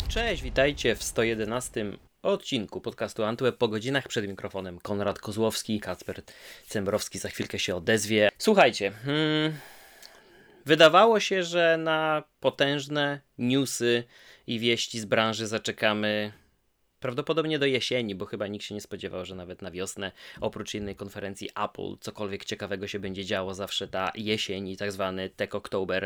Cześć, witajcie w 111 odcinku podcastu Antweb po godzinach. Przed mikrofonem Konrad Kozłowski, Kacper Cembrowski za chwilkę się odezwie. Słuchajcie, wydawało się, że na potężne newsy i wieści z branży zaczekamy prawdopodobnie do jesieni, bo chyba nikt się nie spodziewał, że nawet na wiosnę, oprócz innej konferencji Apple, cokolwiek ciekawego się będzie działo. Zawsze ta jesień i tak zwany Tech Oktober.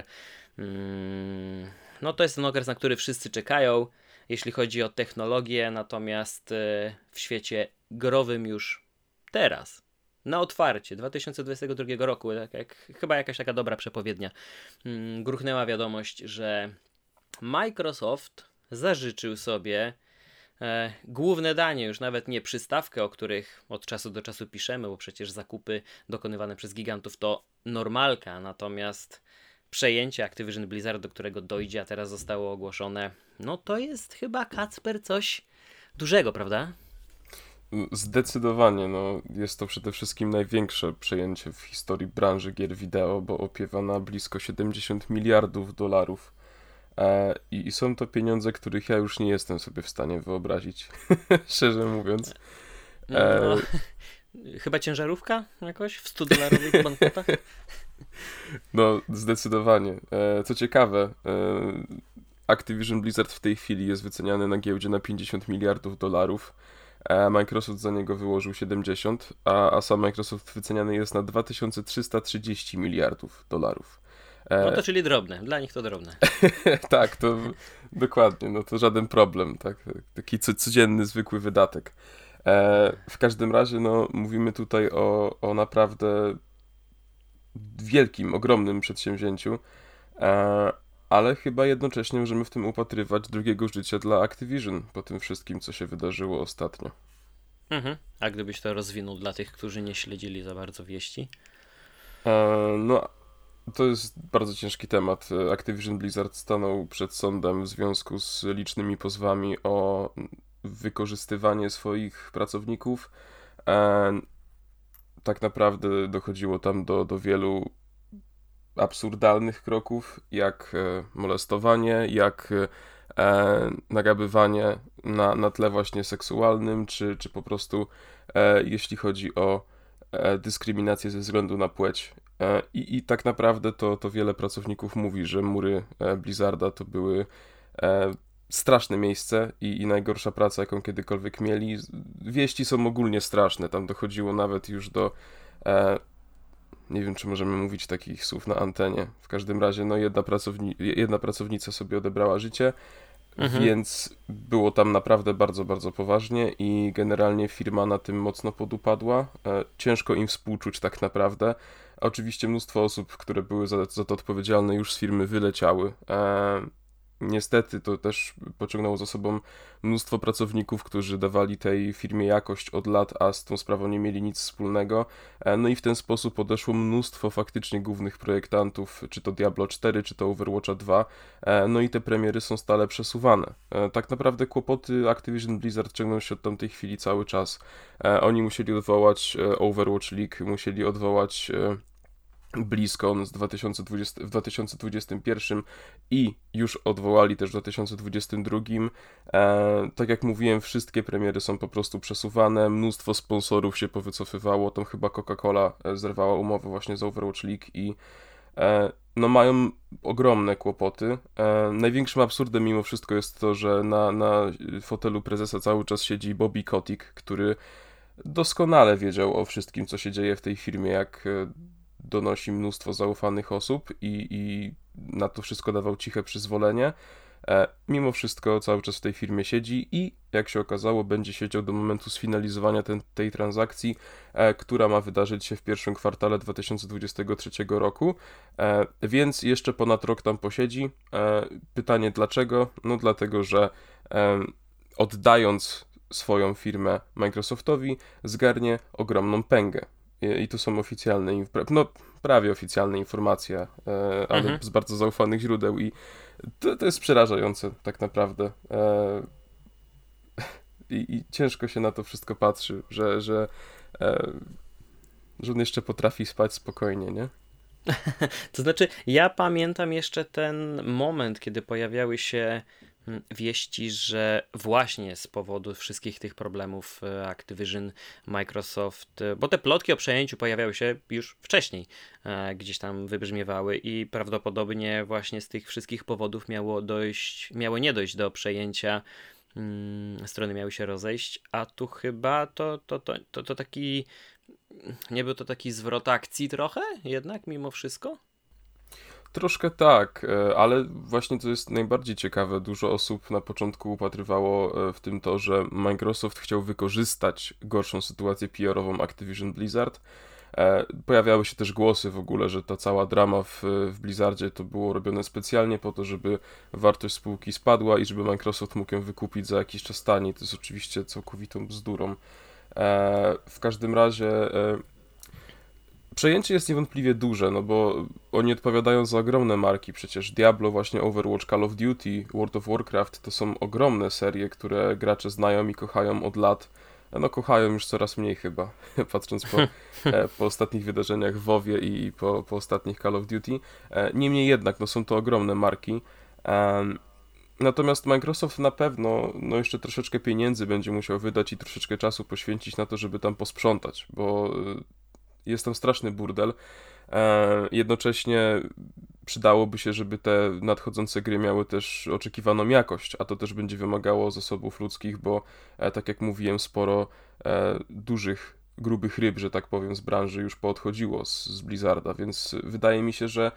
No to jest ten okres, na który wszyscy czekają, jeśli chodzi o technologię, natomiast w świecie growym już teraz, na otwarcie 2022 roku, chyba jakaś taka dobra przepowiednia, gruchnęła wiadomość, że Microsoft zażyczył sobie główne danie, już nawet nie przystawkę, o których od czasu do czasu piszemy, bo przecież zakupy dokonywane przez gigantów to normalka, natomiast przejęcie Activision Blizzard, do którego dojdzie, a teraz zostało ogłoszone, no to jest chyba, Kacper, coś dużego, prawda? Zdecydowanie, no jest to przede wszystkim największe przejęcie w historii branży gier wideo, bo opiewa na blisko 70 miliardów dolarów. I są to pieniądze, których ja już nie jestem sobie w stanie wyobrazić, szczerze mówiąc. No, chyba ciężarówka jakoś w 100-dolarowych banknotach? No, zdecydowanie. Co ciekawe, Activision Blizzard w tej chwili jest wyceniany na giełdzie na 50 miliardów dolarów. Microsoft za niego wyłożył 70, a sam Microsoft wyceniany jest na 2330 miliardów dolarów. No to czyli drobne, dla nich to drobne. Tak, to dokładnie, no to żaden problem, tak? Taki codzienny, zwykły wydatek. W każdym razie, no mówimy tutaj o naprawdę wielkim, ogromnym przedsięwzięciu, ale chyba jednocześnie możemy w tym upatrywać drugiego życia dla Activision po tym wszystkim, co się wydarzyło ostatnio. A gdybyś to rozwinął dla tych, którzy nie śledzili za bardzo wieści? No, to jest bardzo ciężki temat. Activision Blizzard stanął przed sądem w związku z licznymi pozwami o wykorzystywanie swoich pracowników. Tak naprawdę dochodziło tam do wielu absurdalnych kroków, jak molestowanie, jak nagabywanie na tle właśnie seksualnym, czy po prostu jeśli chodzi o dyskryminację ze względu na płeć. I tak naprawdę to wiele pracowników mówi, że mury Blizzarda to były straszne miejsce i najgorsza praca, jaką kiedykolwiek mieli. Wieści są ogólnie straszne, tam dochodziło nawet już do nie wiem, czy możemy mówić takich słów na antenie. W każdym razie, no jedna pracownica sobie odebrała życie, więc było tam naprawdę bardzo, bardzo poważnie i generalnie firma na tym mocno podupadła. Ciężko im współczuć tak naprawdę. Oczywiście mnóstwo osób, które były za to odpowiedzialne, już z firmy wyleciały. Niestety to też pociągnęło za sobą mnóstwo pracowników, którzy dawali tej firmie jakość od lat, a z tą sprawą nie mieli nic wspólnego. No i w ten sposób odeszło mnóstwo faktycznie głównych projektantów, czy to Diablo 4, czy to Overwatcha 2. No i te premiery są stale przesuwane. Tak naprawdę kłopoty Activision Blizzard ciągną się od tamtej chwili cały czas. Oni musieli odwołać Overwatch League, musieli odwołać BlizzCon w 2021 i już odwołali też w 2022. Tak jak mówiłem, wszystkie premiery są po prostu przesuwane, mnóstwo sponsorów się powycofywało, tam chyba Coca-Cola zerwała umowę właśnie z Overwatch League i no mają ogromne kłopoty. Największym absurdem mimo wszystko jest to, że na fotelu prezesa cały czas siedzi Bobby Kotick, który doskonale wiedział o wszystkim, co się dzieje w tej firmie, jak donosi mnóstwo zaufanych osób i na to wszystko dawał ciche przyzwolenie. Mimo wszystko cały czas w tej firmie siedzi i jak się okazało będzie siedział do momentu sfinalizowania tej transakcji, która ma wydarzyć się w pierwszym kwartale 2023 roku, więc jeszcze ponad rok tam posiedzi. Pytanie dlaczego? No dlatego, że oddając swoją firmę Microsoftowi zgarnie ogromną pęgę. I to są oficjalne, prawie oficjalne informacje, ale z bardzo zaufanych źródeł i to jest przerażające tak naprawdę. I ciężko się na to wszystko patrzy, że on jeszcze potrafi spać spokojnie, nie? To znaczy, ja pamiętam jeszcze ten moment, kiedy pojawiały się wieści, że właśnie z powodu wszystkich tych problemów Activision, Microsoft, bo te plotki o przejęciu pojawiały się już wcześniej, gdzieś tam wybrzmiewały i prawdopodobnie właśnie z tych wszystkich powodów miało nie dojść do przejęcia, strony miały się rozejść, a tu chyba to taki, nie był to taki zwrot akcji trochę jednak mimo wszystko? Troszkę tak, ale właśnie to jest najbardziej ciekawe. Dużo osób na początku upatrywało w tym to, że Microsoft chciał wykorzystać gorszą sytuację PR-ową Activision Blizzard. Pojawiały się też głosy w ogóle, że ta cała drama w Blizzardzie to było robione specjalnie po to, żeby wartość spółki spadła i żeby Microsoft mógł ją wykupić za jakiś czas taniej. To jest oczywiście całkowitą bzdurą. W każdym razie przejęcie jest niewątpliwie duże, no bo oni odpowiadają za ogromne marki, przecież Diablo, właśnie Overwatch, Call of Duty, World of Warcraft to są ogromne serie, które gracze znają i kochają od lat. No kochają już coraz mniej chyba, patrząc po ostatnich wydarzeniach w WoWie i po ostatnich Call of Duty. Niemniej jednak, no są to ogromne marki. Natomiast Microsoft na pewno no jeszcze troszeczkę pieniędzy będzie musiał wydać i troszeczkę czasu poświęcić na to, żeby tam posprzątać, bo jest tam straszny burdel. Jednocześnie przydałoby się, żeby te nadchodzące gry miały też oczekiwaną jakość, a to też będzie wymagało zasobów ludzkich, bo tak jak mówiłem, sporo dużych, grubych ryb, że tak powiem, z branży już poodchodziło z Blizzarda, więc wydaje mi się, że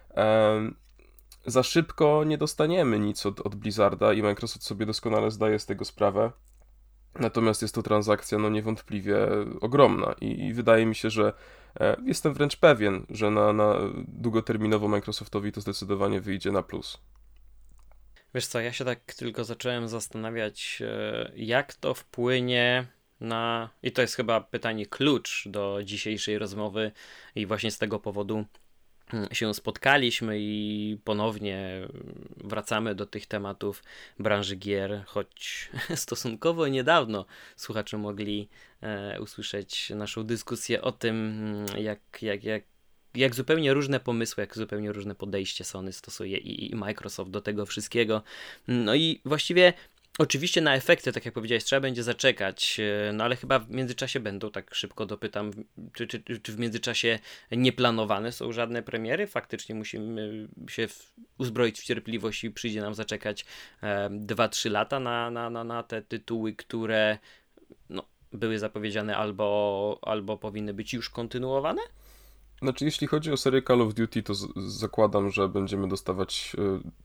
za szybko nie dostaniemy nic od Blizzarda i Microsoft sobie doskonale zdaje z tego sprawę. Natomiast jest to transakcja no niewątpliwie ogromna i wydaje mi się, że jestem wręcz pewien, że na długoterminowo Microsoftowi to zdecydowanie wyjdzie na plus. Wiesz co, ja się tak tylko zacząłem zastanawiać, jak to wpłynie na... I to jest chyba pytanie klucz do dzisiejszej rozmowy i właśnie z tego powodu się spotkaliśmy i ponownie wracamy do tych tematów branży gier, choć stosunkowo niedawno słuchacze mogli usłyszeć naszą dyskusję o tym, jak zupełnie różne pomysły, jak zupełnie różne podejście Sony stosuje i Microsoft do tego wszystkiego. No i właściwie oczywiście na efekty, tak jak powiedziałeś, trzeba będzie zaczekać, no ale chyba w międzyczasie będą, tak szybko dopytam, czy w międzyczasie nieplanowane są żadne premiery? Faktycznie musimy się uzbroić w cierpliwość i przyjdzie nam zaczekać 2-3 lata na te tytuły, które no, były zapowiedziane albo powinny być już kontynuowane? Znaczy, jeśli chodzi o serię Call of Duty, to zakładam, że będziemy dostawać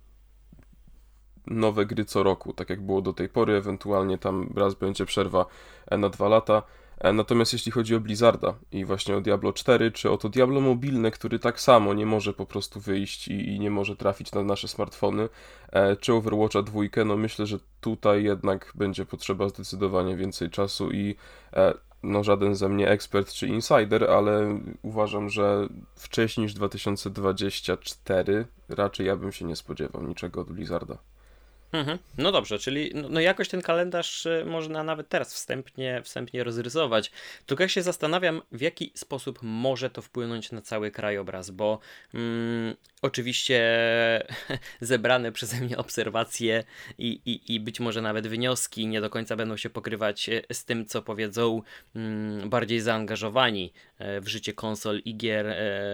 nowe gry co roku, tak jak było do tej pory, ewentualnie tam raz będzie przerwa na 2 lata. Natomiast jeśli chodzi o Blizzarda i właśnie o Diablo 4, czy o to Diablo mobilne, który tak samo nie może po prostu wyjść i nie może trafić na nasze smartfony, czy Overwatcha 2, no myślę, że tutaj jednak będzie potrzeba zdecydowanie więcej czasu i no żaden ze mnie ekspert czy insider, ale uważam, że wcześniej niż 2024 raczej ja bym się nie spodziewał niczego od Blizzarda. No dobrze, czyli no jakoś ten kalendarz można nawet teraz wstępnie rozrysować. Tylko ja się zastanawiam, w jaki sposób może to wpłynąć na cały krajobraz, bo oczywiście zebrane przeze mnie obserwacje i być może nawet wnioski nie do końca będą się pokrywać z tym, co powiedzą bardziej zaangażowani w życie konsol i gier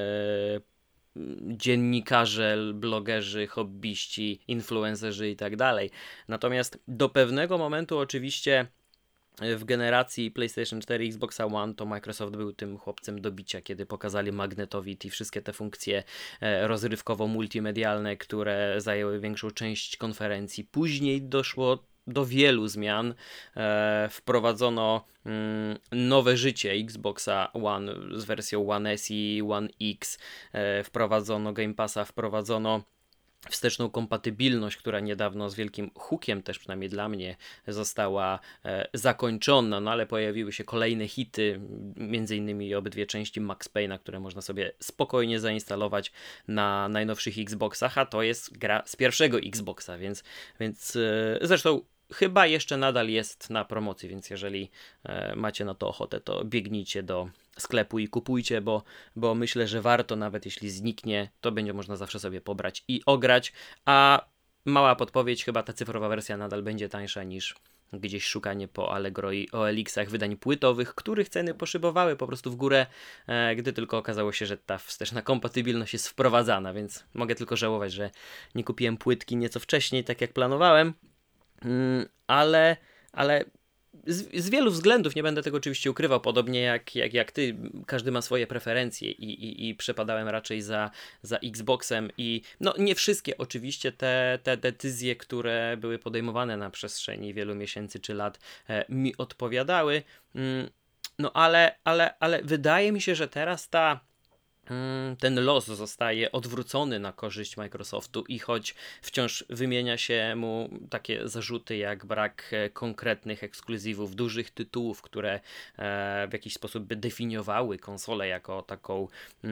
dziennikarze, blogerzy, hobbyści, influencerzy i tak dalej. Natomiast do pewnego momentu oczywiście w generacji PlayStation 4 i Xboxa One to Microsoft był tym chłopcem do bicia, kiedy pokazali Magnetowid i wszystkie te funkcje rozrywkowo-multimedialne, które zajęły większą część konferencji. Później doszło do wielu zmian. Wprowadzono nowe życie Xboxa One z wersją One S i One X. Wprowadzono Game Passa, wprowadzono wsteczną kompatybilność, która niedawno z wielkim hukiem, też przynajmniej dla mnie, została zakończona, no ale pojawiły się kolejne hity, między innymi obydwie części Max Payne'a, które można sobie spokojnie zainstalować na najnowszych Xboxach, a to jest gra z pierwszego Xboxa, więc zresztą chyba jeszcze nadal jest na promocji, więc jeżeli macie na to ochotę, to biegnijcie do sklepu i kupujcie, bo myślę, że warto, nawet jeśli zniknie, to będzie można zawsze sobie pobrać i ograć, a mała podpowiedź, chyba ta cyfrowa wersja nadal będzie tańsza niż gdzieś szukanie po Allegro i OLX-ach wydań płytowych, których ceny poszybowały po prostu w górę, gdy tylko okazało się, że ta wsteczna kompatybilność jest wprowadzana, więc mogę tylko żałować, że nie kupiłem płytki nieco wcześniej, tak jak planowałem, ale z wielu względów, nie będę tego oczywiście ukrywał, podobnie jak ty, każdy ma swoje preferencje i przepadałem raczej za Xboxem i no nie wszystkie oczywiście te decyzje, które były podejmowane na przestrzeni wielu miesięcy czy lat mi odpowiadały, no ale wydaje mi się, że teraz ten los zostaje odwrócony na korzyść Microsoftu i choć wciąż wymienia się mu takie zarzuty jak brak konkretnych ekskluzywów, dużych tytułów, które w jakiś sposób by definiowały konsolę jako taką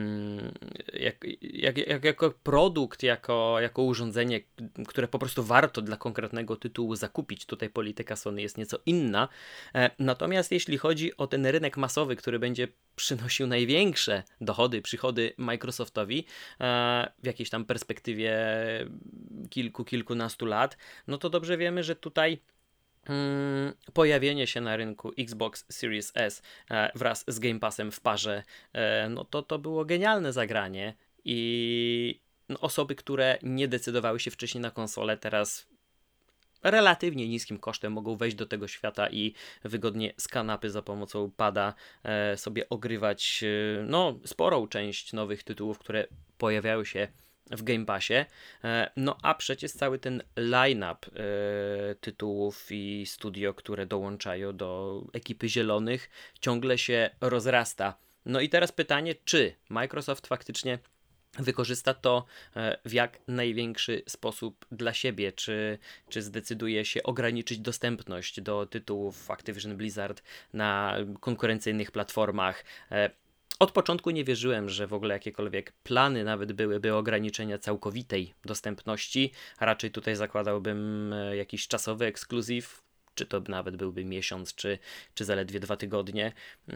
jako produkt, jako urządzenie, które po prostu warto dla konkretnego tytułu zakupić. Tutaj polityka Sony jest nieco inna. Natomiast jeśli chodzi o ten rynek masowy, który będzie przynosił największe przychody Microsoftowi w jakiejś tam perspektywie kilkunastu lat, no to dobrze wiemy, że tutaj pojawienie się na rynku Xbox Series S wraz z Game Passem w parze, no to było genialne zagranie i osoby, które nie decydowały się wcześniej na konsolę, teraz relatywnie niskim kosztem mogą wejść do tego świata i wygodnie z kanapy za pomocą pada sobie ogrywać sporą część nowych tytułów, które pojawiały się w Game Passie. No a przecież cały ten line-up tytułów i studio, które dołączają do ekipy zielonych, ciągle się rozrasta. No i teraz pytanie, czy Microsoft faktycznie wykorzysta to w jak największy sposób dla siebie, czy zdecyduje się ograniczyć dostępność do tytułów Activision Blizzard na konkurencyjnych platformach. Od początku nie wierzyłem, że w ogóle jakiekolwiek plany nawet byłyby ograniczenia całkowitej dostępności. Raczej tutaj zakładałbym jakiś czasowy ekskluzyw, czy to nawet byłby miesiąc, czy zaledwie 2 tygodnie.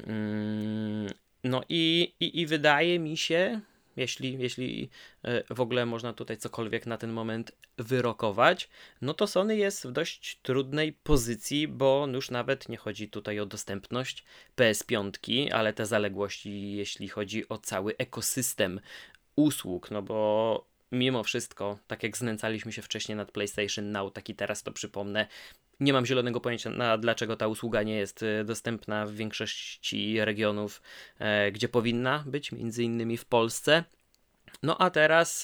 No i wydaje mi się, jeśli w ogóle można tutaj cokolwiek na ten moment wyrokować, no to Sony jest w dość trudnej pozycji, bo już nawet nie chodzi tutaj o dostępność PS5, ale te zaległości, jeśli chodzi o cały ekosystem usług, no bo mimo wszystko, tak jak znęcaliśmy się wcześniej nad PlayStation Now, tak i teraz to przypomnę, nie mam zielonego pojęcia, dlaczego ta usługa nie jest dostępna w większości regionów, gdzie powinna być, między innymi w Polsce. No a teraz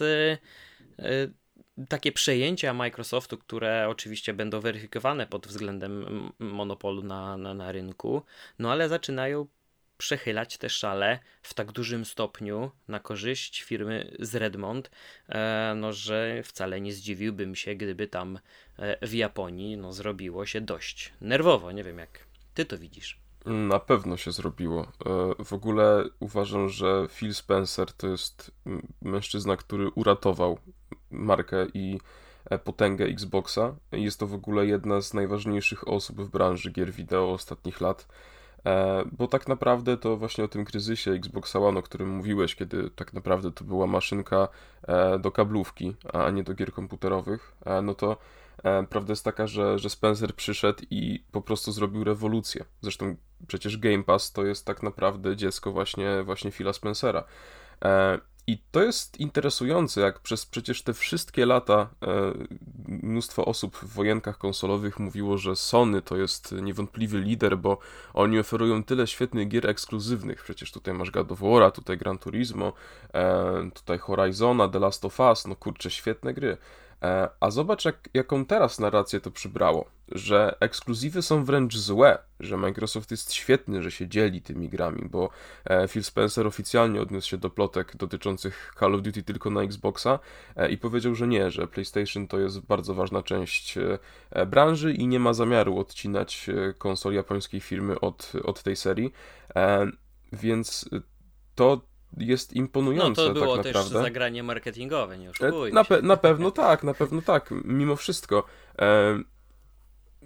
takie przejęcia Microsoftu, które oczywiście będą weryfikowane pod względem monopolu na rynku, no ale zaczynają przechylać te szale w tak dużym stopniu na korzyść firmy z Redmond, że wcale nie zdziwiłbym się, gdyby tam w Japonii zrobiło się dość nerwowo. Nie wiem, jak ty to widzisz. Na pewno się zrobiło. W ogóle uważam, że Phil Spencer to jest mężczyzna, który uratował markę i potęgę Xboxa. Jest to w ogóle jedna z najważniejszych osób w branży gier wideo ostatnich lat. Bo tak naprawdę to właśnie o tym kryzysie Xboxa One, o którym mówiłeś, kiedy tak naprawdę to była maszynka do kablówki, a nie do gier komputerowych, no to prawda jest taka, że Spencer przyszedł i po prostu zrobił rewolucję. Zresztą przecież Game Pass to jest tak naprawdę dziecko właśnie Phila Spencera. I to jest interesujące, jak przez przecież te wszystkie lata mnóstwo osób w wojenkach konsolowych mówiło, że Sony to jest niewątpliwy lider, bo oni oferują tyle świetnych gier ekskluzywnych. Przecież tutaj masz God of War'a, tutaj Gran Turismo, tutaj Horizona, The Last of Us, no kurczę, świetne gry. A zobacz, jaką teraz narrację to przybrało, że ekskluzywy są wręcz złe, że Microsoft jest świetny, że się dzieli tymi grami, bo Phil Spencer oficjalnie odniósł się do plotek dotyczących Call of Duty tylko na Xboxa i powiedział, że nie, że PlayStation to jest bardzo ważna część branży i nie ma zamiaru odcinać konsol japońskiej firmy od tej serii, więc to jest imponujące. No to było tak też naprawdę zagranie marketingowe, nie oszukujmy się. na pewno tak, mimo wszystko.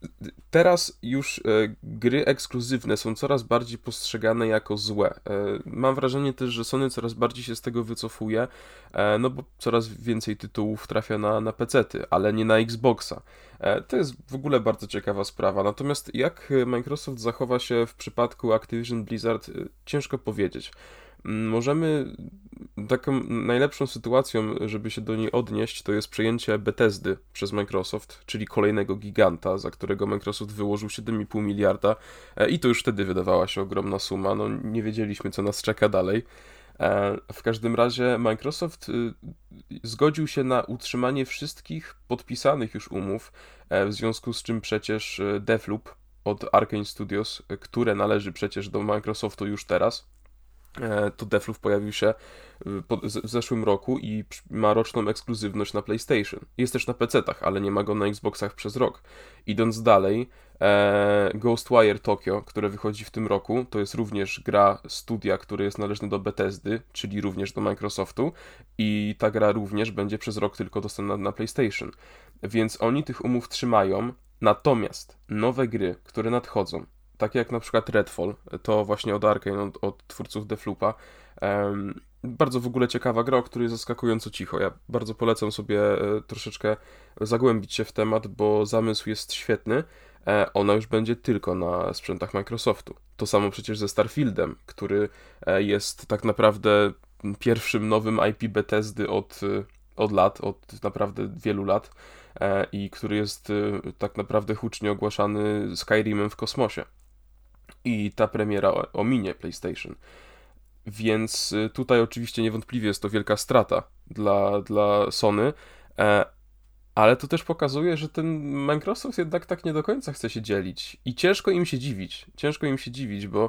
teraz już gry ekskluzywne są coraz bardziej postrzegane jako złe. Mam wrażenie też, że Sony coraz bardziej się z tego wycofuje, no bo coraz więcej tytułów trafia na PC-ty, ale nie na Xboxa. To jest w ogóle bardzo ciekawa sprawa. Natomiast jak Microsoft zachowa się w przypadku Activision Blizzard, ciężko powiedzieć. Możemy taką najlepszą sytuacją, żeby się do niej odnieść, to jest przejęcie Bethesdy przez Microsoft, czyli kolejnego giganta, za którego Microsoft wyłożył 7,5 miliarda i to już wtedy wydawała się ogromna suma, no nie wiedzieliśmy, co nas czeka dalej. W każdym razie Microsoft zgodził się na utrzymanie wszystkich podpisanych już umów, w związku z czym przecież Deathloop od Arkane Studios, które należy przecież do Microsoftu już teraz, to Deathloop pojawił się w zeszłym roku i ma roczną ekskluzywność na PlayStation. Jest też na PC-tach, ale nie ma go na Xboxach przez rok. Idąc dalej, Ghostwire Tokyo, które wychodzi w tym roku, to jest również gra studia, który jest należny do Bethesdy, czyli również do Microsoftu i ta gra również będzie przez rok tylko dostępna na PlayStation. Więc oni tych umów trzymają, natomiast nowe gry, które nadchodzą, takie jak na przykład Redfall, to właśnie od Arkane, od twórców Deathloopa. Bardzo w ogóle ciekawa gra, o której zaskakująco cicho. Ja bardzo polecam sobie troszeczkę zagłębić się w temat, bo zamysł jest świetny. Ona już będzie tylko na sprzętach Microsoftu. To samo przecież ze Starfieldem, który jest tak naprawdę pierwszym nowym IP Bethesdy od lat, od naprawdę wielu lat i który jest tak naprawdę hucznie ogłaszany Skyrimem w kosmosie. I ta premiera ominie PlayStation. Więc tutaj oczywiście niewątpliwie jest to wielka strata dla Sony, ale to też pokazuje, że ten Microsoft jednak tak nie do końca chce się dzielić. I ciężko im się dziwić. Ciężko im się dziwić, bo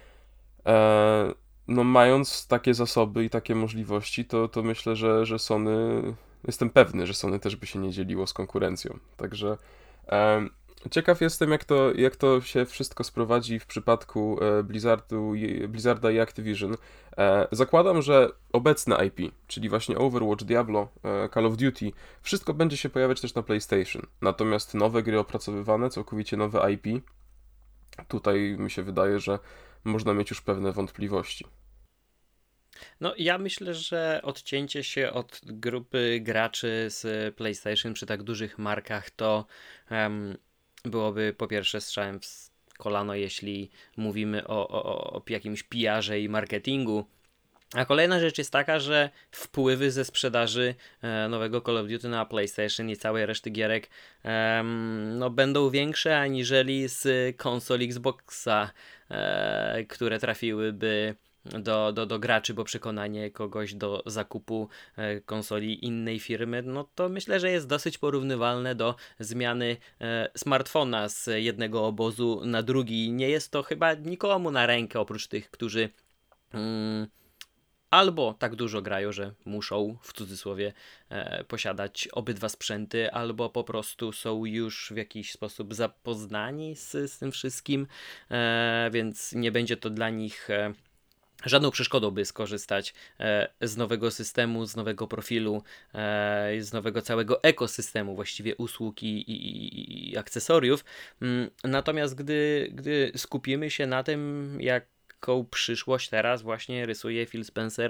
no mając takie zasoby i takie możliwości, to myślę, że Sony... Jestem pewny, że Sony też by się nie dzieliło z konkurencją. Także ciekaw jestem, jak to się wszystko sprowadzi w przypadku Blizzarda i Activision. Zakładam, że obecne IP, czyli właśnie Overwatch, Diablo, Call of Duty, wszystko będzie się pojawiać też na PlayStation. Natomiast nowe gry opracowywane, całkowicie nowe IP, tutaj mi się wydaje, że można mieć już pewne wątpliwości. No, ja myślę, że odcięcie się od grupy graczy z PlayStation przy tak dużych markach to byłoby po pierwsze strzałem w kolano, jeśli mówimy o jakimś PR-ze i marketingu. A kolejna rzecz jest taka, że wpływy ze sprzedaży nowego Call of Duty na PlayStation i całej reszty gierek no, będą większe aniżeli z konsol Xboxa, które trafiłyby do graczy, bo przekonanie kogoś do zakupu konsoli innej firmy, no to myślę, że jest dosyć porównywalne do zmiany smartfona z jednego obozu na drugi. Nie jest to chyba nikomu na rękę, oprócz tych, którzy albo tak dużo grają, że muszą w cudzysłowie posiadać obydwa sprzęty, albo po prostu są już w jakiś sposób zapoznani z tym wszystkim, więc nie będzie to dla nich żadną przeszkodą, by skorzystać z nowego systemu, z nowego profilu, z nowego całego ekosystemu właściwie usług i akcesoriów. Natomiast gdy skupimy się na tym, jaką przyszłość teraz właśnie rysuje Phil Spencer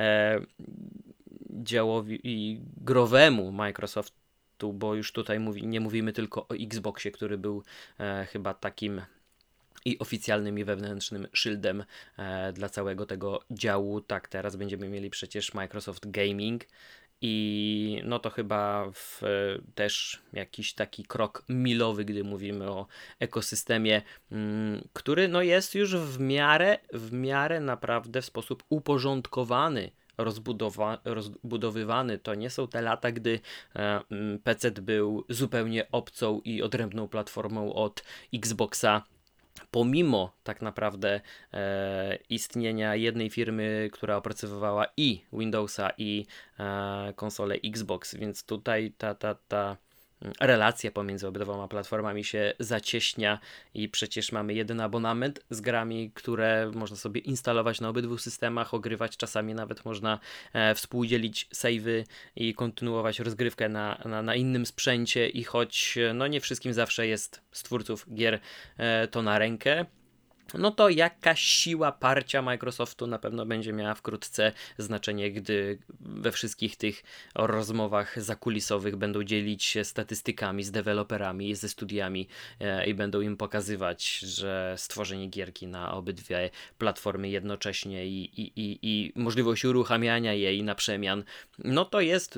działowi growemu Microsoftu, bo już tutaj nie mówimy tylko o Xboxie, który był chyba takim i oficjalnym i wewnętrznym szyldem dla całego tego działu. Tak, teraz będziemy mieli przecież Microsoft Gaming i no to chyba też jakiś taki krok milowy, gdy mówimy o ekosystemie, który no jest już w miarę naprawdę w sposób uporządkowany, rozbudowywany. To nie są te lata, gdy PC był zupełnie obcą i odrębną platformą od Xboxa, pomimo tak naprawdę istnienia jednej firmy, która opracowywała i Windowsa, i konsolę Xbox, więc tutaj ta relacja pomiędzy obydwoma platformami się zacieśnia i przecież mamy jeden abonament z grami, które można sobie instalować na obydwu systemach, ogrywać, czasami nawet można współdzielić save'y i kontynuować rozgrywkę na innym sprzęcie i choć no nie wszystkim zawsze jest z twórców gier to na rękę, no to jakaś siła parcia Microsoftu na pewno będzie miała wkrótce znaczenie, gdy we wszystkich tych rozmowach zakulisowych będą dzielić się statystykami z deweloperami, ze studiami i będą im pokazywać, że stworzenie gierki na obydwie platformy jednocześnie i możliwość uruchamiania jej na przemian, no to jest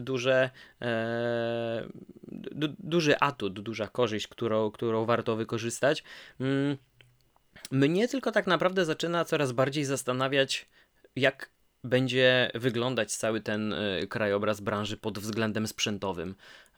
duży atut, duża korzyść, którą warto wykorzystać. Mnie tylko tak naprawdę zaczyna coraz bardziej zastanawiać, jak będzie wyglądać cały ten krajobraz branży pod względem sprzętowym,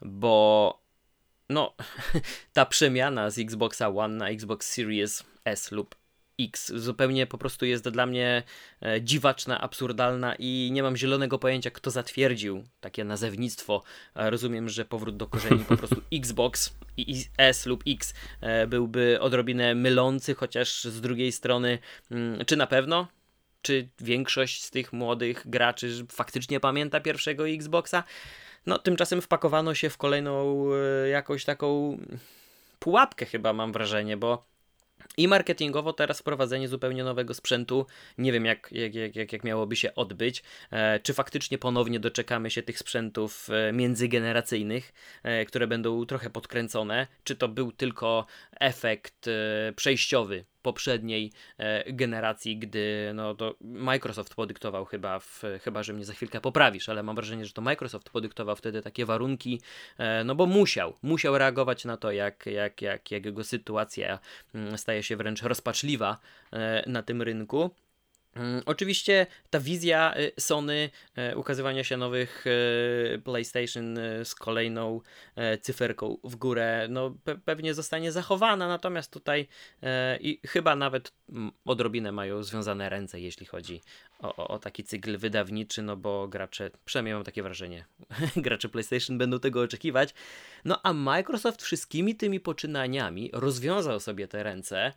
bo no, ta przemiana z Xboxa One na Xbox Series S lub X zupełnie po prostu jest dla mnie dziwaczna, absurdalna i nie mam zielonego pojęcia, kto zatwierdził takie nazewnictwo. Rozumiem, że powrót do korzeni po prostu Xbox i S lub X byłby odrobinę mylący, chociaż z drugiej strony, czy na pewno? Czy większość z tych młodych graczy faktycznie pamięta pierwszego Xboxa? No, tymczasem wpakowano się w kolejną jakąś taką pułapkę chyba, mam wrażenie, bo i marketingowo teraz wprowadzenie zupełnie nowego sprzętu, nie wiem jak miałoby się odbyć, czy faktycznie ponownie doczekamy się tych sprzętów międzygeneracyjnych, które będą trochę podkręcone, czy to był tylko efekt przejściowy poprzedniej generacji, gdy no to Microsoft podyktował chyba, że mnie za chwilkę poprawisz, ale mam wrażenie, że to Microsoft podyktował wtedy takie warunki, no bo musiał reagować na to, jak jego sytuacja staje się wręcz rozpaczliwa na tym rynku. Oczywiście ta wizja Sony ukazywania się nowych PlayStation z kolejną cyferką w górę, no pewnie zostanie zachowana, natomiast tutaj i chyba nawet odrobinę mają związane ręce, jeśli chodzi o taki cykl wydawniczy, no bo gracze, przynajmniej mam takie wrażenie, gracze PlayStation będą tego oczekiwać, no a Microsoft wszystkimi tymi poczynaniami rozwiązał sobie te ręce.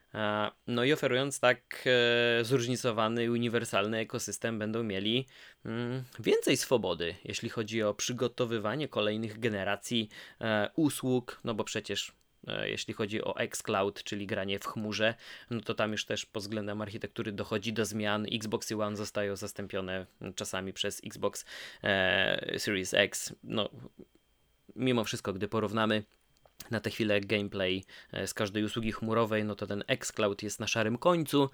No i oferując tak zróżnicowany i uniwersalny ekosystem, będą mieli więcej swobody, jeśli chodzi o przygotowywanie kolejnych generacji usług, no bo przecież jeśli chodzi o xCloud, czyli granie w chmurze, no to tam już też pod względem architektury dochodzi do zmian. Xboxy One zostają zastąpione czasami przez Xbox Series X. No, mimo wszystko, gdy porównamy na tę chwilę gameplay z każdej usługi chmurowej, no to ten xCloud jest na szarym końcu,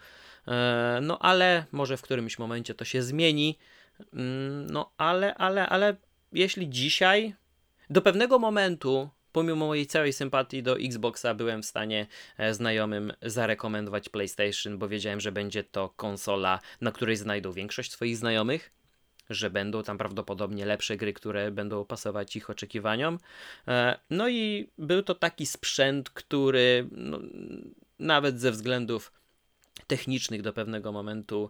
no ale może w którymś momencie to się zmieni, no ale jeśli dzisiaj do pewnego momentu, pomimo mojej całej sympatii do Xboxa, byłem w stanie znajomym zarekomendować PlayStation, bo wiedziałem, że będzie to konsola, na której znajdą większość swoich znajomych, że będą tam prawdopodobnie lepsze gry, które będą pasować ich oczekiwaniom. No i był to taki sprzęt, który no, nawet ze względów technicznych do pewnego momentu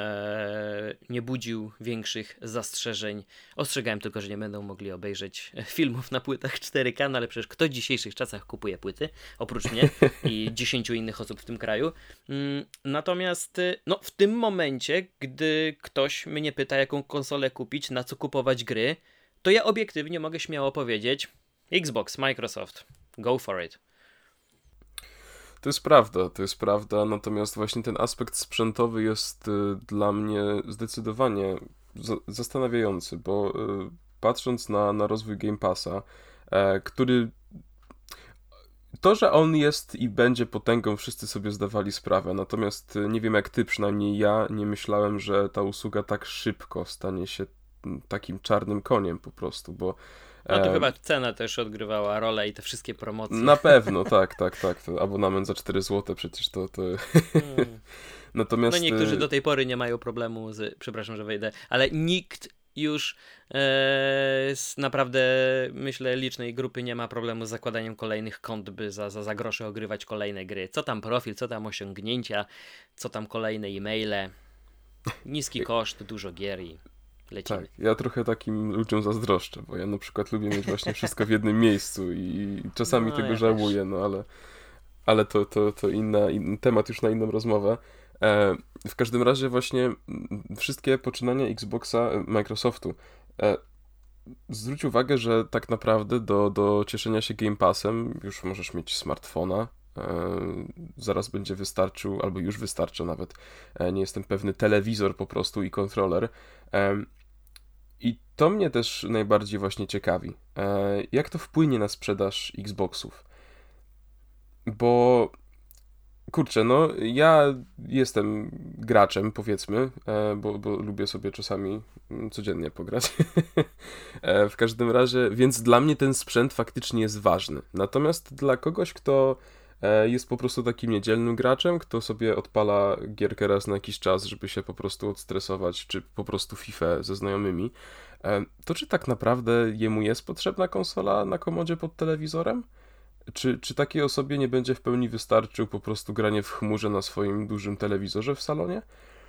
nie budził większych zastrzeżeń. Ostrzegałem tylko, że nie będą mogli obejrzeć filmów na płytach 4K, no ale przecież kto w dzisiejszych czasach kupuje płyty, oprócz mnie i 10 innych osób w tym kraju. Natomiast no, w tym momencie, gdy ktoś mnie pyta, jaką konsolę kupić, na co kupować gry, to ja obiektywnie mogę śmiało powiedzieć Xbox, Microsoft, go for it. To jest prawda, natomiast właśnie ten aspekt sprzętowy jest dla mnie zdecydowanie zastanawiający, bo patrząc na rozwój Game Passa, który to, że on jest i będzie potęgą, wszyscy sobie zdawali sprawę, natomiast nie wiem jak ty, przynajmniej ja nie myślałem, że ta usługa tak szybko stanie się takim czarnym koniem po prostu, bo no to chyba cena też odgrywała rolę i te wszystkie promocje. Na pewno, tak. To abonament za 4 zł przecież to... Natomiast... No niektórzy do tej pory nie mają problemu z... Przepraszam, że wejdę, ale nikt już z naprawdę, myślę, licznej grupy nie ma problemu z zakładaniem kolejnych kont, by za grosze ogrywać kolejne gry. Co tam profil, co tam osiągnięcia, co tam kolejne e-maile. Niski koszt, dużo gier i... lecimy. Tak, ja trochę takim ludziom zazdroszczę, bo ja na przykład lubię mieć właśnie wszystko w jednym miejscu i czasami No, tego ja żałuję, też. no ale to inny temat już na inną rozmowę. W każdym razie właśnie wszystkie poczynania Xboxa, Microsoftu. E, Zwróć uwagę, że tak naprawdę do cieszenia się Game Passem już możesz mieć smartfona. Zaraz będzie wystarczył, albo już wystarczy nawet, nie jestem pewny, telewizor po prostu i kontroler. I to mnie też najbardziej właśnie ciekawi. Jak to wpłynie na sprzedaż Xboxów? Bo kurczę, no ja jestem graczem, powiedzmy, bo lubię sobie czasami codziennie pograć. W każdym razie, więc dla mnie ten sprzęt faktycznie jest ważny. Natomiast dla kogoś, kto jest po prostu takim niedzielnym graczem, kto sobie odpala gierkę raz na jakiś czas, żeby się po prostu odstresować, czy po prostu FIFA ze znajomymi, to czy tak naprawdę jemu jest potrzebna konsola na komodzie pod telewizorem? Czy takiej osobie nie będzie w pełni wystarczył po prostu granie w chmurze na swoim dużym telewizorze w salonie?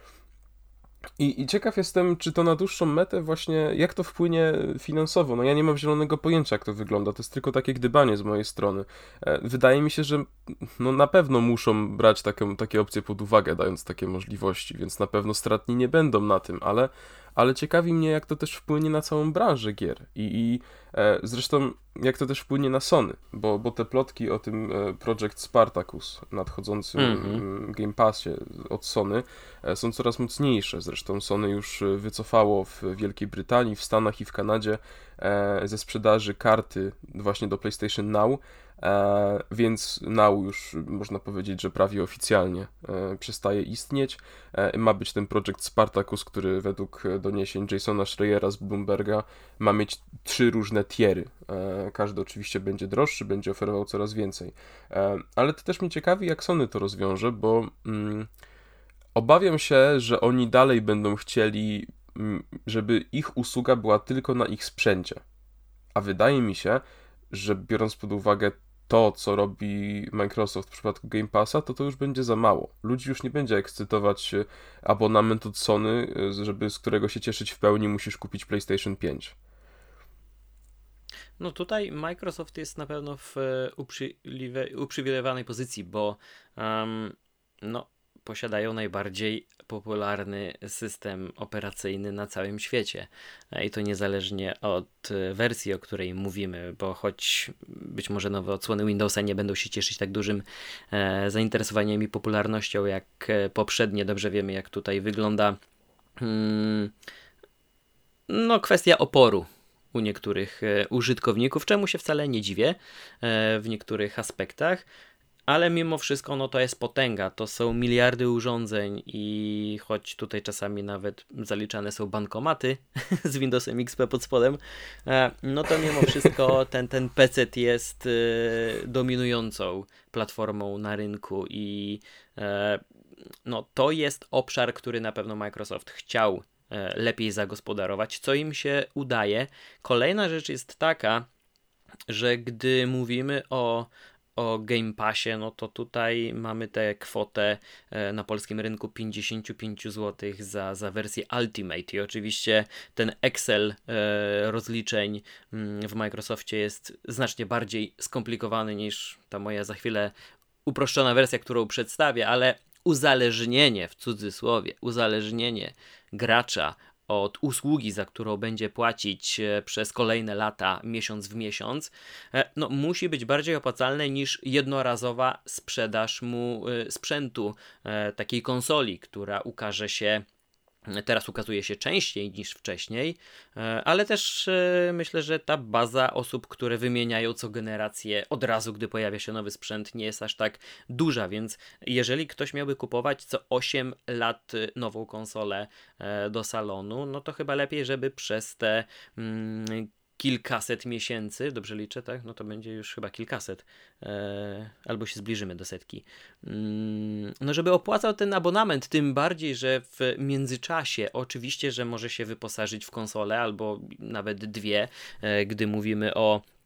I ciekaw jestem, czy to na dłuższą metę właśnie, jak to wpłynie finansowo. No ja nie mam zielonego pojęcia, jak to wygląda. To jest tylko takie gdybanie z mojej strony. Wydaje mi się, że no na pewno muszą brać takie opcje pod uwagę, dając takie możliwości, więc na pewno stratni nie będą na tym, ale ciekawi mnie, jak to też wpłynie na całą branżę gier. Zresztą, jak to też wpłynie na Sony, bo te plotki o tym Project Spartacus nadchodzącym Game Passie od Sony są coraz mocniejsze. Zresztą Sony już wycofało w Wielkiej Brytanii, w Stanach i w Kanadzie ze sprzedaży karty właśnie do PlayStation Now, więc Now już można powiedzieć, że prawie oficjalnie przestaje istnieć. Ma być ten Project Spartacus, który według doniesień Jasona Schreiera z Bloomberga ma mieć 3 różne tiery. Każdy oczywiście będzie droższy, będzie oferował coraz więcej. Ale to też mnie ciekawi, jak Sony to rozwiąże, bo obawiam się, że oni dalej będą chcieli, żeby ich usługa była tylko na ich sprzęcie. A wydaje mi się, że biorąc pod uwagę to, co robi Microsoft w przypadku Game Passa, to już będzie za mało. Ludzi już nie będzie ekscytować abonament od Sony, z którego się cieszyć w pełni musisz kupić PlayStation 5. No tutaj Microsoft jest na pewno w uprzywilejowanej pozycji, bo no, posiadają najbardziej popularny system operacyjny na całym świecie. I to niezależnie od wersji, o której mówimy, bo choć być może nowe odsłony Windowsa nie będą się cieszyć tak dużym zainteresowaniem i popularnością jak poprzednie, dobrze wiemy, jak tutaj wygląda no kwestia oporu u niektórych użytkowników, czemu się wcale nie dziwię w niektórych aspektach, ale mimo wszystko no to jest potęga, to są miliardy urządzeń i choć tutaj czasami nawet zaliczane są bankomaty z Windowsem XP pod spodem, no to mimo wszystko ten PC jest dominującą platformą na rynku i no to jest obszar, który na pewno Microsoft chciał lepiej zagospodarować, co im się udaje. Kolejna rzecz jest taka, że gdy mówimy o Game Passie, no to tutaj mamy tę kwotę na polskim rynku 55 zł za wersję Ultimate i oczywiście ten Excel rozliczeń w Microsoftie jest znacznie bardziej skomplikowany niż ta moja za chwilę uproszczona wersja, którą przedstawię, ale uzależnienie, w cudzysłowie, uzależnienie gracza od usługi, za którą będzie płacić przez kolejne lata, miesiąc w miesiąc, no, musi być bardziej opłacalne niż jednorazowa sprzedaż mu sprzętu, takiej konsoli, która teraz ukazuje się częściej niż wcześniej, ale też myślę, że ta baza osób, które wymieniają co generację od razu, gdy pojawia się nowy sprzęt, nie jest aż tak duża, więc jeżeli ktoś miałby kupować co 8 lat nową konsolę do salonu, no to chyba lepiej, żeby przez te kilkaset miesięcy, dobrze liczę, tak? No to będzie już chyba kilkaset, albo się zbliżymy do setki. No żeby opłacał ten abonament, tym bardziej, że w międzyczasie oczywiście, że może się wyposażyć w konsolę, albo nawet dwie, gdy mówimy o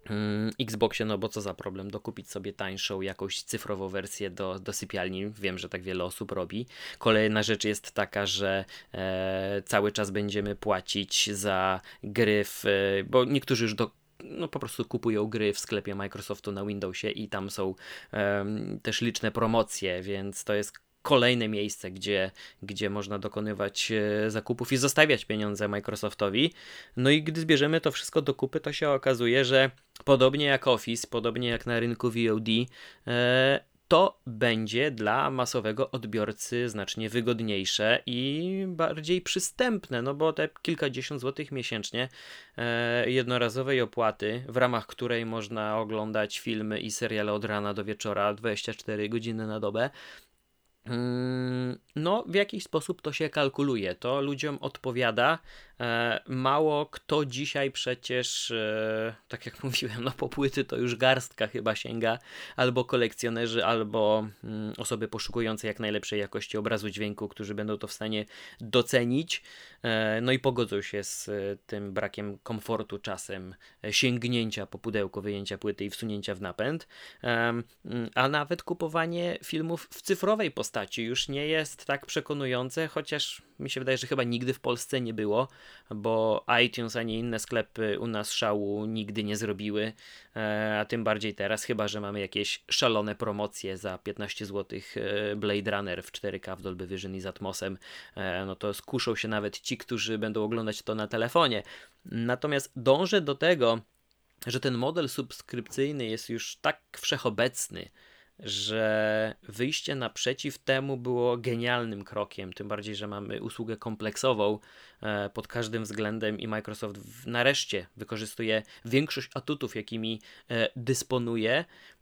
Xboxie, no bo co za problem, dokupić sobie tańszą jakąś cyfrową wersję do sypialni. Wiem, że tak wiele osób robi. Kolejna rzecz jest taka, że cały czas będziemy płacić za gry, bo niektórzy już no po prostu kupują gry w sklepie Microsoftu na Windowsie i tam są też liczne promocje, więc to jest kolejne miejsce, gdzie można dokonywać zakupów i zostawiać pieniądze Microsoftowi. No i gdy zbierzemy to wszystko do kupy, to się okazuje, że podobnie jak Office, podobnie jak na rynku VOD, to będzie dla masowego odbiorcy znacznie wygodniejsze i bardziej przystępne, no bo te kilkadziesiąt złotych miesięcznie jednorazowej opłaty, w ramach której można oglądać filmy i seriale od rana do wieczora, 24 godziny na dobę, no, w jakiś sposób to się kalkuluje, to ludziom odpowiada. Mało kto dzisiaj przecież, tak jak mówiłem, no po płyty to już garstka chyba sięga, albo kolekcjonerzy, albo osoby poszukujące jak najlepszej jakości obrazu, dźwięku, którzy będą to w stanie docenić, no i pogodzą się z tym brakiem komfortu czasem sięgnięcia po pudełko, wyjęcia płyty i wsunięcia w napęd, a nawet kupowanie filmów w cyfrowej postaci już nie jest tak przekonujące, chociaż mi się wydaje, że chyba nigdy w Polsce nie było, bo iTunes ani inne sklepy u nas szału nigdy nie zrobiły, a tym bardziej teraz, chyba że mamy jakieś szalone promocje za 15 zł Blade Runner w 4K w Dolby Vision i z Atmosem, no to skuszą się nawet ci, którzy będą oglądać to na telefonie. Natomiast dążę do tego, że ten model subskrypcyjny jest już tak wszechobecny, że wyjście naprzeciw temu było genialnym krokiem, tym bardziej, że mamy usługę kompleksową pod każdym względem i Microsoft nareszcie wykorzystuje większość atutów, jakimi dysponuje.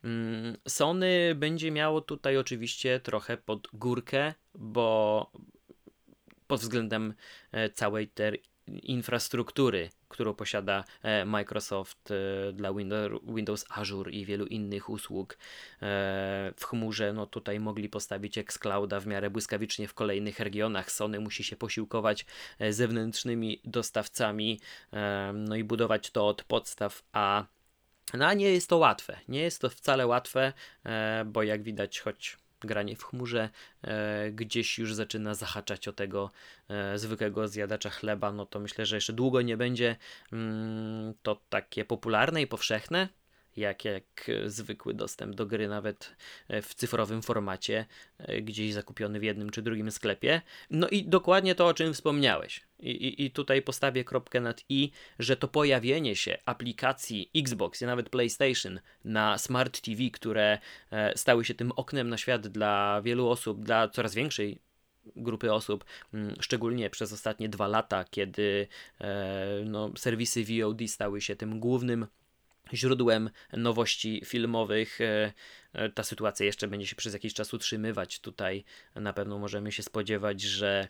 Sony będzie miało tutaj oczywiście trochę pod górkę, bo pod względem całej tej infrastruktury, którą posiada Microsoft dla Windows Azure i wielu innych usług w chmurze, no tutaj mogli postawić xClouda w miarę błyskawicznie w kolejnych regionach. Sony musi się posiłkować zewnętrznymi dostawcami, no i budować to od podstaw, a nie jest to łatwe. Nie jest to wcale łatwe, bo jak widać, choć granie w chmurze gdzieś już zaczyna zahaczać o tego zwykłego zjadacza chleba, no to myślę, że jeszcze długo nie będzie to takie popularne i powszechne, jak zwykły dostęp do gry nawet w cyfrowym formacie, gdzieś zakupiony w jednym czy drugim sklepie. No i dokładnie to, o czym wspomniałeś. I tutaj postawię kropkę nad i, że to pojawienie się aplikacji Xbox i nawet PlayStation na Smart TV, które stały się tym oknem na świat dla wielu osób, dla coraz większej grupy osób, szczególnie przez ostatnie 2 lata, kiedy serwisy VOD stały się tym głównym źródłem nowości filmowych. Ta sytuacja jeszcze będzie się przez jakiś czas utrzymywać. Tutaj na pewno możemy się spodziewać, że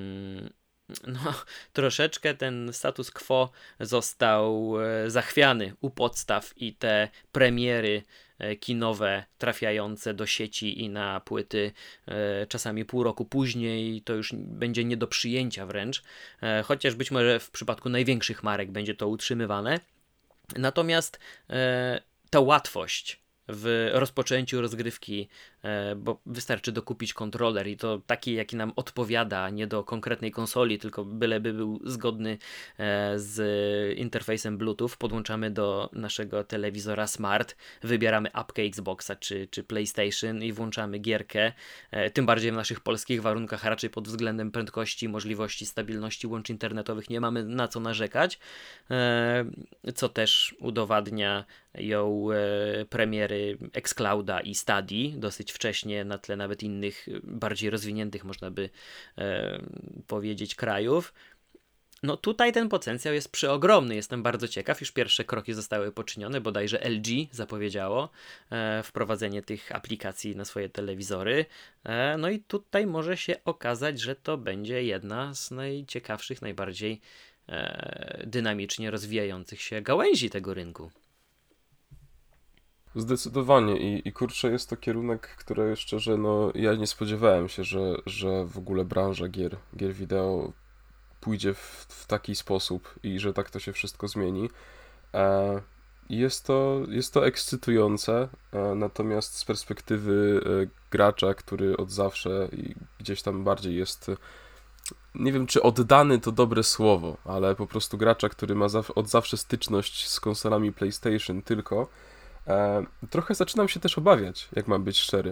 troszeczkę ten status quo został zachwiany u podstaw i te premiery kinowe trafiające do sieci i na płyty czasami pół roku później, to już będzie nie do przyjęcia wręcz, chociaż być może w przypadku największych marek będzie to utrzymywane. Natomiast ta łatwość w rozpoczęciu rozgrywki, bo wystarczy dokupić kontroler i to taki, jaki nam odpowiada, nie do konkretnej konsoli, tylko byleby był zgodny z interfejsem Bluetooth, podłączamy do naszego telewizora Smart, wybieramy apkę Xboxa czy PlayStation i włączamy gierkę, tym bardziej w naszych polskich warunkach, raczej pod względem prędkości, możliwości, stabilności łączy internetowych nie mamy na co narzekać, co też udowadnia ją premiery xClouda i Stadia dosyć wcześnie na tle nawet innych, bardziej rozwiniętych, można by powiedzieć, krajów. No tutaj ten potencjał jest przeogromny. Jestem bardzo ciekaw, już pierwsze kroki zostały poczynione, bodajże LG zapowiedziało wprowadzenie tych aplikacji na swoje telewizory. No i tutaj może się okazać, że to będzie jedna z najciekawszych, najbardziej dynamicznie rozwijających się gałęzi tego rynku. Zdecydowanie i kurczę, jest to kierunek, który szczerze, ja nie spodziewałem się, że w ogóle branża gier wideo pójdzie w taki sposób i że tak to się wszystko zmieni. Jest to ekscytujące, natomiast z perspektywy gracza, który od zawsze i gdzieś tam bardziej jest, nie wiem czy oddany to dobre słowo, ale po prostu gracza, który ma od zawsze styczność z konsolami PlayStation tylko, trochę zaczynam się też obawiać, jak mam być szczery.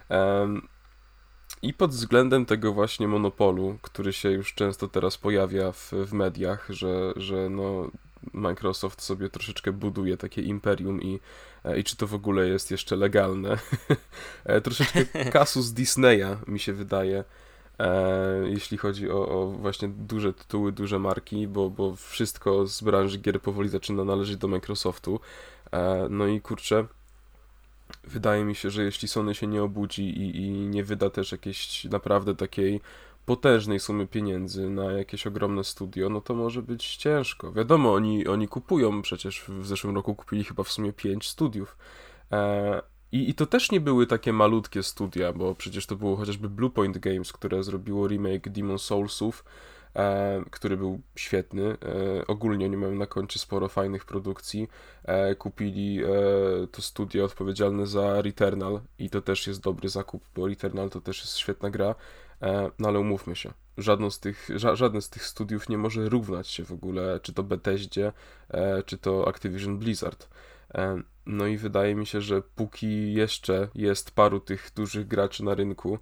I pod względem tego właśnie monopolu, który się już często teraz pojawia w mediach, że no Microsoft sobie troszeczkę buduje takie imperium i czy to w ogóle jest jeszcze legalne. Troszeczkę kasus Disneya mi się wydaje, jeśli chodzi o właśnie duże tytuły, duże marki, bo wszystko z branży gier powoli zaczyna należeć do Microsoftu. No i kurczę, wydaje mi się, że jeśli Sony się nie obudzi i nie wyda też jakiejś naprawdę takiej potężnej sumy pieniędzy na jakieś ogromne studio, no to może być ciężko. Wiadomo, oni kupują, przecież w zeszłym roku kupili chyba w sumie 5 studiów. I to też nie były takie malutkie studia, bo przecież to było chociażby Bluepoint Games, które zrobiło remake Demon's Soulsów, który był świetny. Ogólnie oni mają na koncie sporo fajnych produkcji. Kupili to studio odpowiedzialne za Returnal i to też jest dobry zakup, bo Returnal to też jest świetna gra. No ale umówmy się, żadne z tych studiów nie może równać się w ogóle, czy to Bethesdzie, czy to Activision Blizzard. No i wydaje mi się, że póki jeszcze jest paru tych dużych graczy na rynku,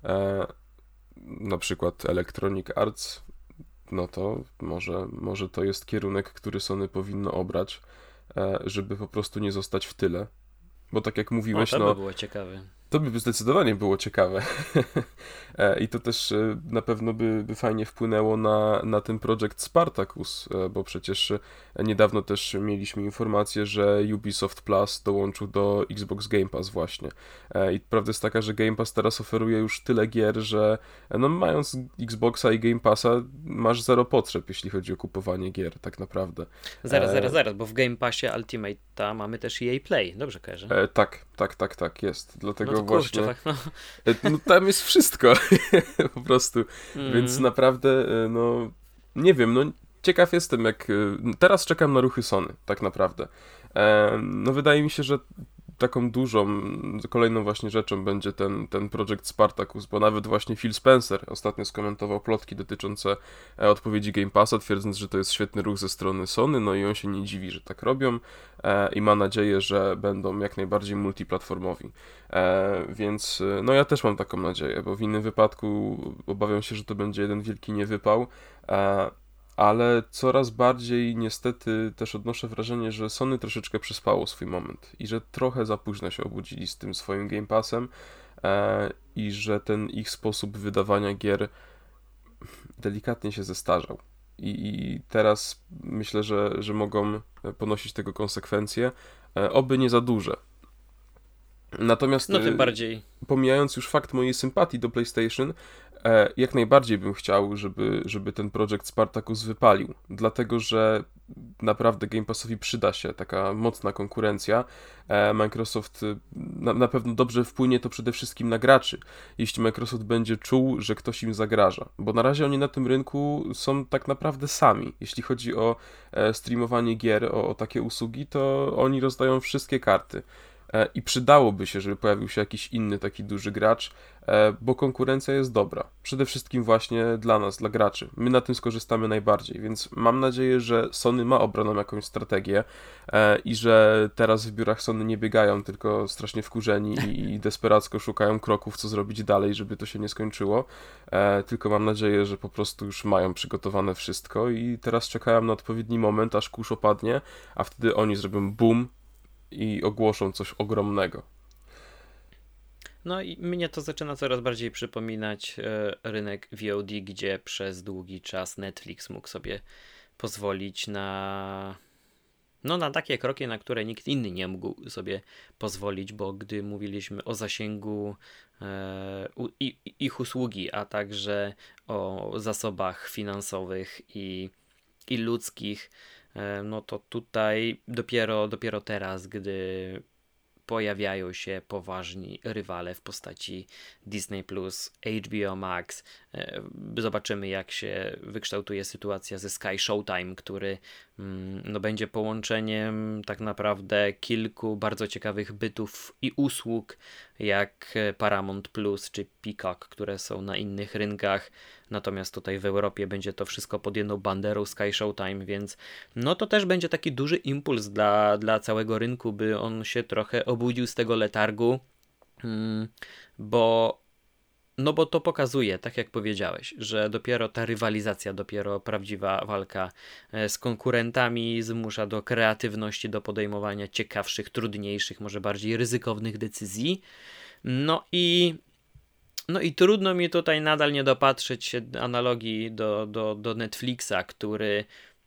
na przykład Electronic Arts, no to może to jest kierunek, który Sony powinno obrać, żeby po prostu nie zostać w tyle. Bo tak jak mówiłeś, to by było ciekawe. To by zdecydowanie było ciekawe. I to też na pewno by fajnie wpłynęło na ten projekt Spartacus, bo przecież niedawno też mieliśmy informację, że Ubisoft Plus dołączył do Xbox Game Pass właśnie. I prawda jest taka, że Game Pass teraz oferuje już tyle gier, że no mając Xboxa i Game Passa masz zero potrzeb, jeśli chodzi o kupowanie gier, tak naprawdę. Zaraz, bo w Game Passie Ultimate'a mamy też EA Play, dobrze kojarzę? Tak, jest. Dlatego no to właśnie... Kurczę, tak, no tam jest wszystko po prostu, więc naprawdę no nie wiem, no ciekaw jestem jak, teraz czekam na ruchy Sony, tak naprawdę. No wydaje mi się, że taką dużą, kolejną właśnie rzeczą będzie ten projekt Spartacus, bo nawet właśnie Phil Spencer ostatnio skomentował plotki dotyczące odpowiedzi Game Passa, twierdząc, że to jest świetny ruch ze strony Sony, no i on się nie dziwi, że tak robią i ma nadzieję, że będą jak najbardziej multiplatformowi. Więc no ja też mam taką nadzieję, bo w innym wypadku obawiam się, że to będzie jeden wielki niewypał, ale coraz bardziej niestety też odnoszę wrażenie, że Sony troszeczkę przespało swój moment i że trochę za późno się obudzili z tym swoim Game Passem i że ten ich sposób wydawania gier delikatnie się zestarzał. I teraz myślę, że mogą ponosić tego konsekwencje, oby nie za duże. Natomiast no tym bardziej. Pomijając już fakt mojej sympatii do PlayStation, jak najbardziej bym chciał, żeby ten projekt Spartacus wypalił, dlatego że naprawdę Game Passowi przyda się taka mocna konkurencja. Microsoft na pewno dobrze wpłynie to przede wszystkim na graczy, jeśli Microsoft będzie czuł, że ktoś im zagraża, bo na razie oni na tym rynku są tak naprawdę sami. Jeśli chodzi o streamowanie gier, o takie usługi, to oni rozdają wszystkie karty. I przydałoby się, żeby pojawił się jakiś inny taki duży gracz, bo konkurencja jest dobra. Przede wszystkim właśnie dla nas, dla graczy. My na tym skorzystamy najbardziej, więc mam nadzieję, że Sony ma obraną jakąś strategię i że teraz w biurach Sony nie biegają, tylko strasznie wkurzeni i desperacko szukają kroków, co zrobić dalej, żeby to się nie skończyło. Tylko mam nadzieję, że po prostu już mają przygotowane wszystko i teraz czekają na odpowiedni moment, aż kurz opadnie, a wtedy oni zrobią boom i ogłoszą coś ogromnego. No i mnie to zaczyna coraz bardziej przypominać rynek VOD, gdzie przez długi czas Netflix mógł sobie pozwolić na takie kroki, na które nikt inny nie mógł sobie pozwolić, bo gdy mówiliśmy o zasięgu ich usługi, a także o zasobach finansowych i ludzkich, no to tutaj dopiero teraz, gdy pojawiają się poważni rywale w postaci Disney+, HBO Max. Zobaczymy, jak się wykształtuje sytuacja ze Sky Showtime, który no, będzie połączeniem tak naprawdę kilku bardzo ciekawych bytów i usług, jak Paramount Plus czy Peacock, które są na innych rynkach. Natomiast tutaj w Europie będzie to wszystko pod jedną banderą Sky Showtime, więc no to też będzie taki duży impuls dla całego rynku, by on się trochę obudził z tego letargu, bo to pokazuje, tak jak powiedziałeś, że dopiero ta rywalizacja, dopiero prawdziwa walka z konkurentami zmusza do kreatywności, do podejmowania ciekawszych, trudniejszych, może bardziej ryzykownych decyzji. No i trudno mi tutaj nadal nie dopatrzeć się analogii do Netflixa, który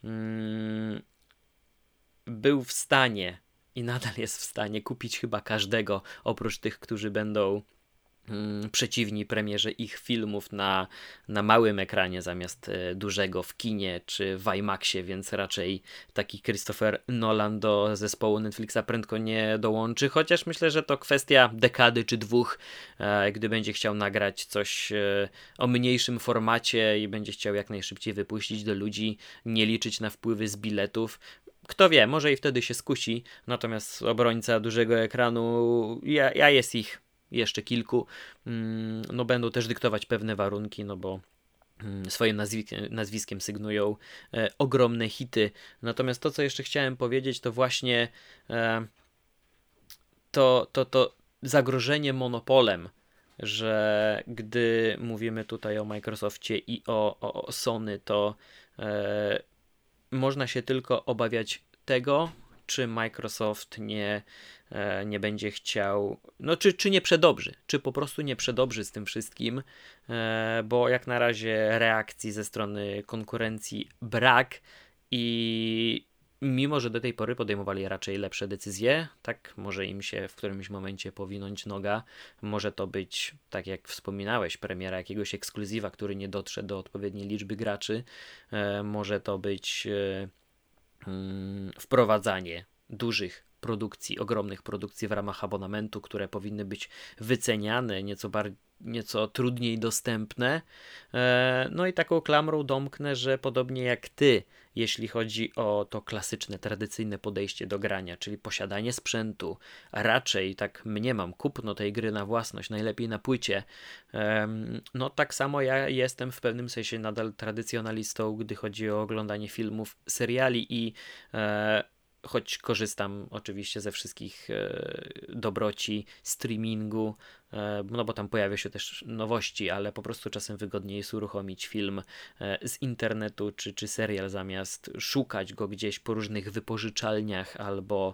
był w stanie i nadal jest w stanie kupić chyba każdego, oprócz tych, którzy będą przeciwni premierze ich filmów na małym ekranie zamiast dużego w kinie czy w IMAXie, więc raczej taki Christopher Nolan do zespołu Netflixa prędko nie dołączy, chociaż myślę, że to kwestia dekady czy dwóch, gdy będzie chciał nagrać coś o mniejszym formacie i będzie chciał jak najszybciej wypuścić do ludzi, nie liczyć na wpływy z biletów. Kto wie, może i wtedy się skusi, natomiast obrońca dużego ekranu, ja jest ich jeszcze kilku, no będą też dyktować pewne warunki, no bo swoim nazwiskiem sygnują ogromne hity. Natomiast to, co jeszcze chciałem powiedzieć, to właśnie to zagrożenie monopolem, że gdy mówimy tutaj o Microsoftie i o Sony, to można się tylko obawiać tego, czy Microsoft nie będzie chciał, no czy nie przedobrzy, czy po prostu nie przedobrzy z tym wszystkim, bo jak na razie reakcji ze strony konkurencji brak i mimo, że do tej pory podejmowali raczej lepsze decyzje, tak może im się w którymś momencie powinąć noga, może to być, tak jak wspominałeś, premiera jakiegoś ekskluzywa, który nie dotrze do odpowiedniej liczby graczy, może to być wprowadzanie dużych produkcji, ogromnych produkcji w ramach abonamentu, które powinny być wyceniane, nieco trudniej dostępne. No i taką klamrą domknę, że podobnie jak ty, jeśli chodzi o to klasyczne, tradycyjne podejście do grania, czyli posiadanie sprzętu, a raczej tak mniemam, kupno tej gry na własność, najlepiej na płycie, no tak samo ja jestem w pewnym sensie nadal tradycjonalistą, gdy chodzi o oglądanie filmów, seriali i choć korzystam oczywiście ze wszystkich dobroci streamingu, no bo tam pojawia się też nowości, ale po prostu czasem wygodniej jest uruchomić film z internetu czy serial zamiast szukać go gdzieś po różnych wypożyczalniach albo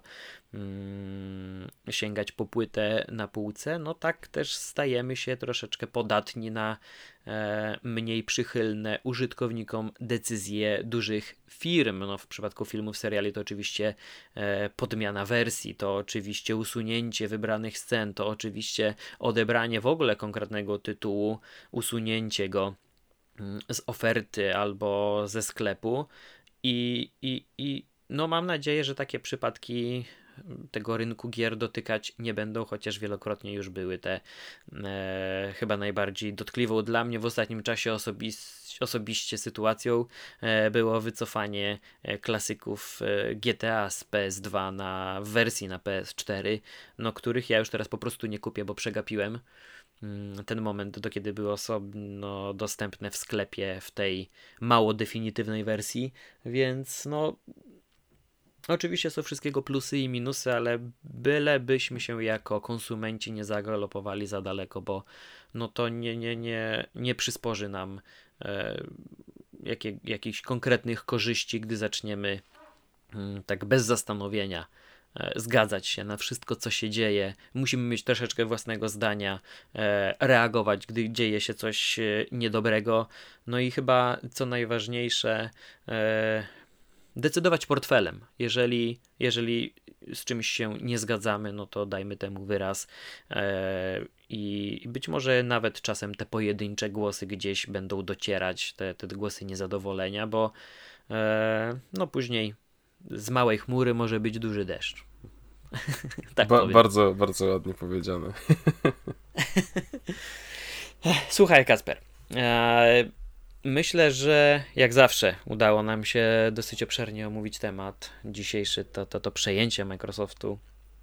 sięgać po płytę na półce. No tak też stajemy się troszeczkę podatni na mniej przychylne użytkownikom decyzje dużych firm. No w przypadku filmów, seriali to oczywiście podmiana wersji, to oczywiście usunięcie wybranych scen, to oczywiście odebranie w ogóle konkretnego tytułu, usunięcie go z oferty albo ze sklepu i no mam nadzieję, że takie przypadki tego rynku gier dotykać nie będą, chociaż wielokrotnie już były te chyba najbardziej dotkliwą dla mnie w ostatnim czasie osobiście sytuacją było wycofanie klasyków GTA z PS2 w wersji na PS4, no których ja już teraz po prostu nie kupię, bo przegapiłem ten moment, do kiedy były osobno dostępne w sklepie w tej mało definitywnej wersji, więc no oczywiście są wszystkiego plusy i minusy, ale bylebyśmy się jako konsumenci nie zagalopowali za daleko, bo no to nie przysporzy nam jakichś konkretnych korzyści, gdy zaczniemy tak bez zastanowienia zgadzać się na wszystko, co się dzieje. Musimy mieć troszeczkę własnego zdania, reagować, gdy dzieje się coś niedobrego. No i chyba co najważniejsze, decydować portfelem. Jeżeli z czymś się nie zgadzamy, no to dajmy temu wyraz i być może nawet czasem te pojedyncze głosy gdzieś będą docierać, te głosy niezadowolenia, bo no później z małej chmury może być duży deszcz. Tak powiem. Bardzo, bardzo ładnie powiedziane. Słuchaj, Kacper. Myślę, że jak zawsze udało nam się dosyć obszernie omówić temat dzisiejszy, to przejęcie Microsoftu,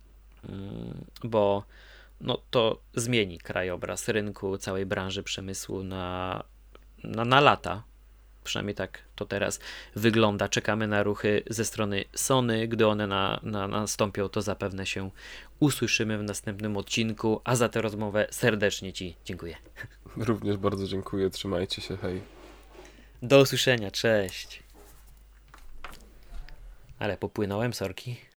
bo no, to zmieni krajobraz rynku, całej branży przemysłu na lata. Przynajmniej tak to teraz wygląda. Czekamy na ruchy ze strony Sony. Gdy one nastąpią, to zapewne się usłyszymy w następnym odcinku, a za tę rozmowę serdecznie Ci dziękuję. Również bardzo dziękuję, trzymajcie się, hej. Do usłyszenia, cześć. Ale popłynąłem, sorki.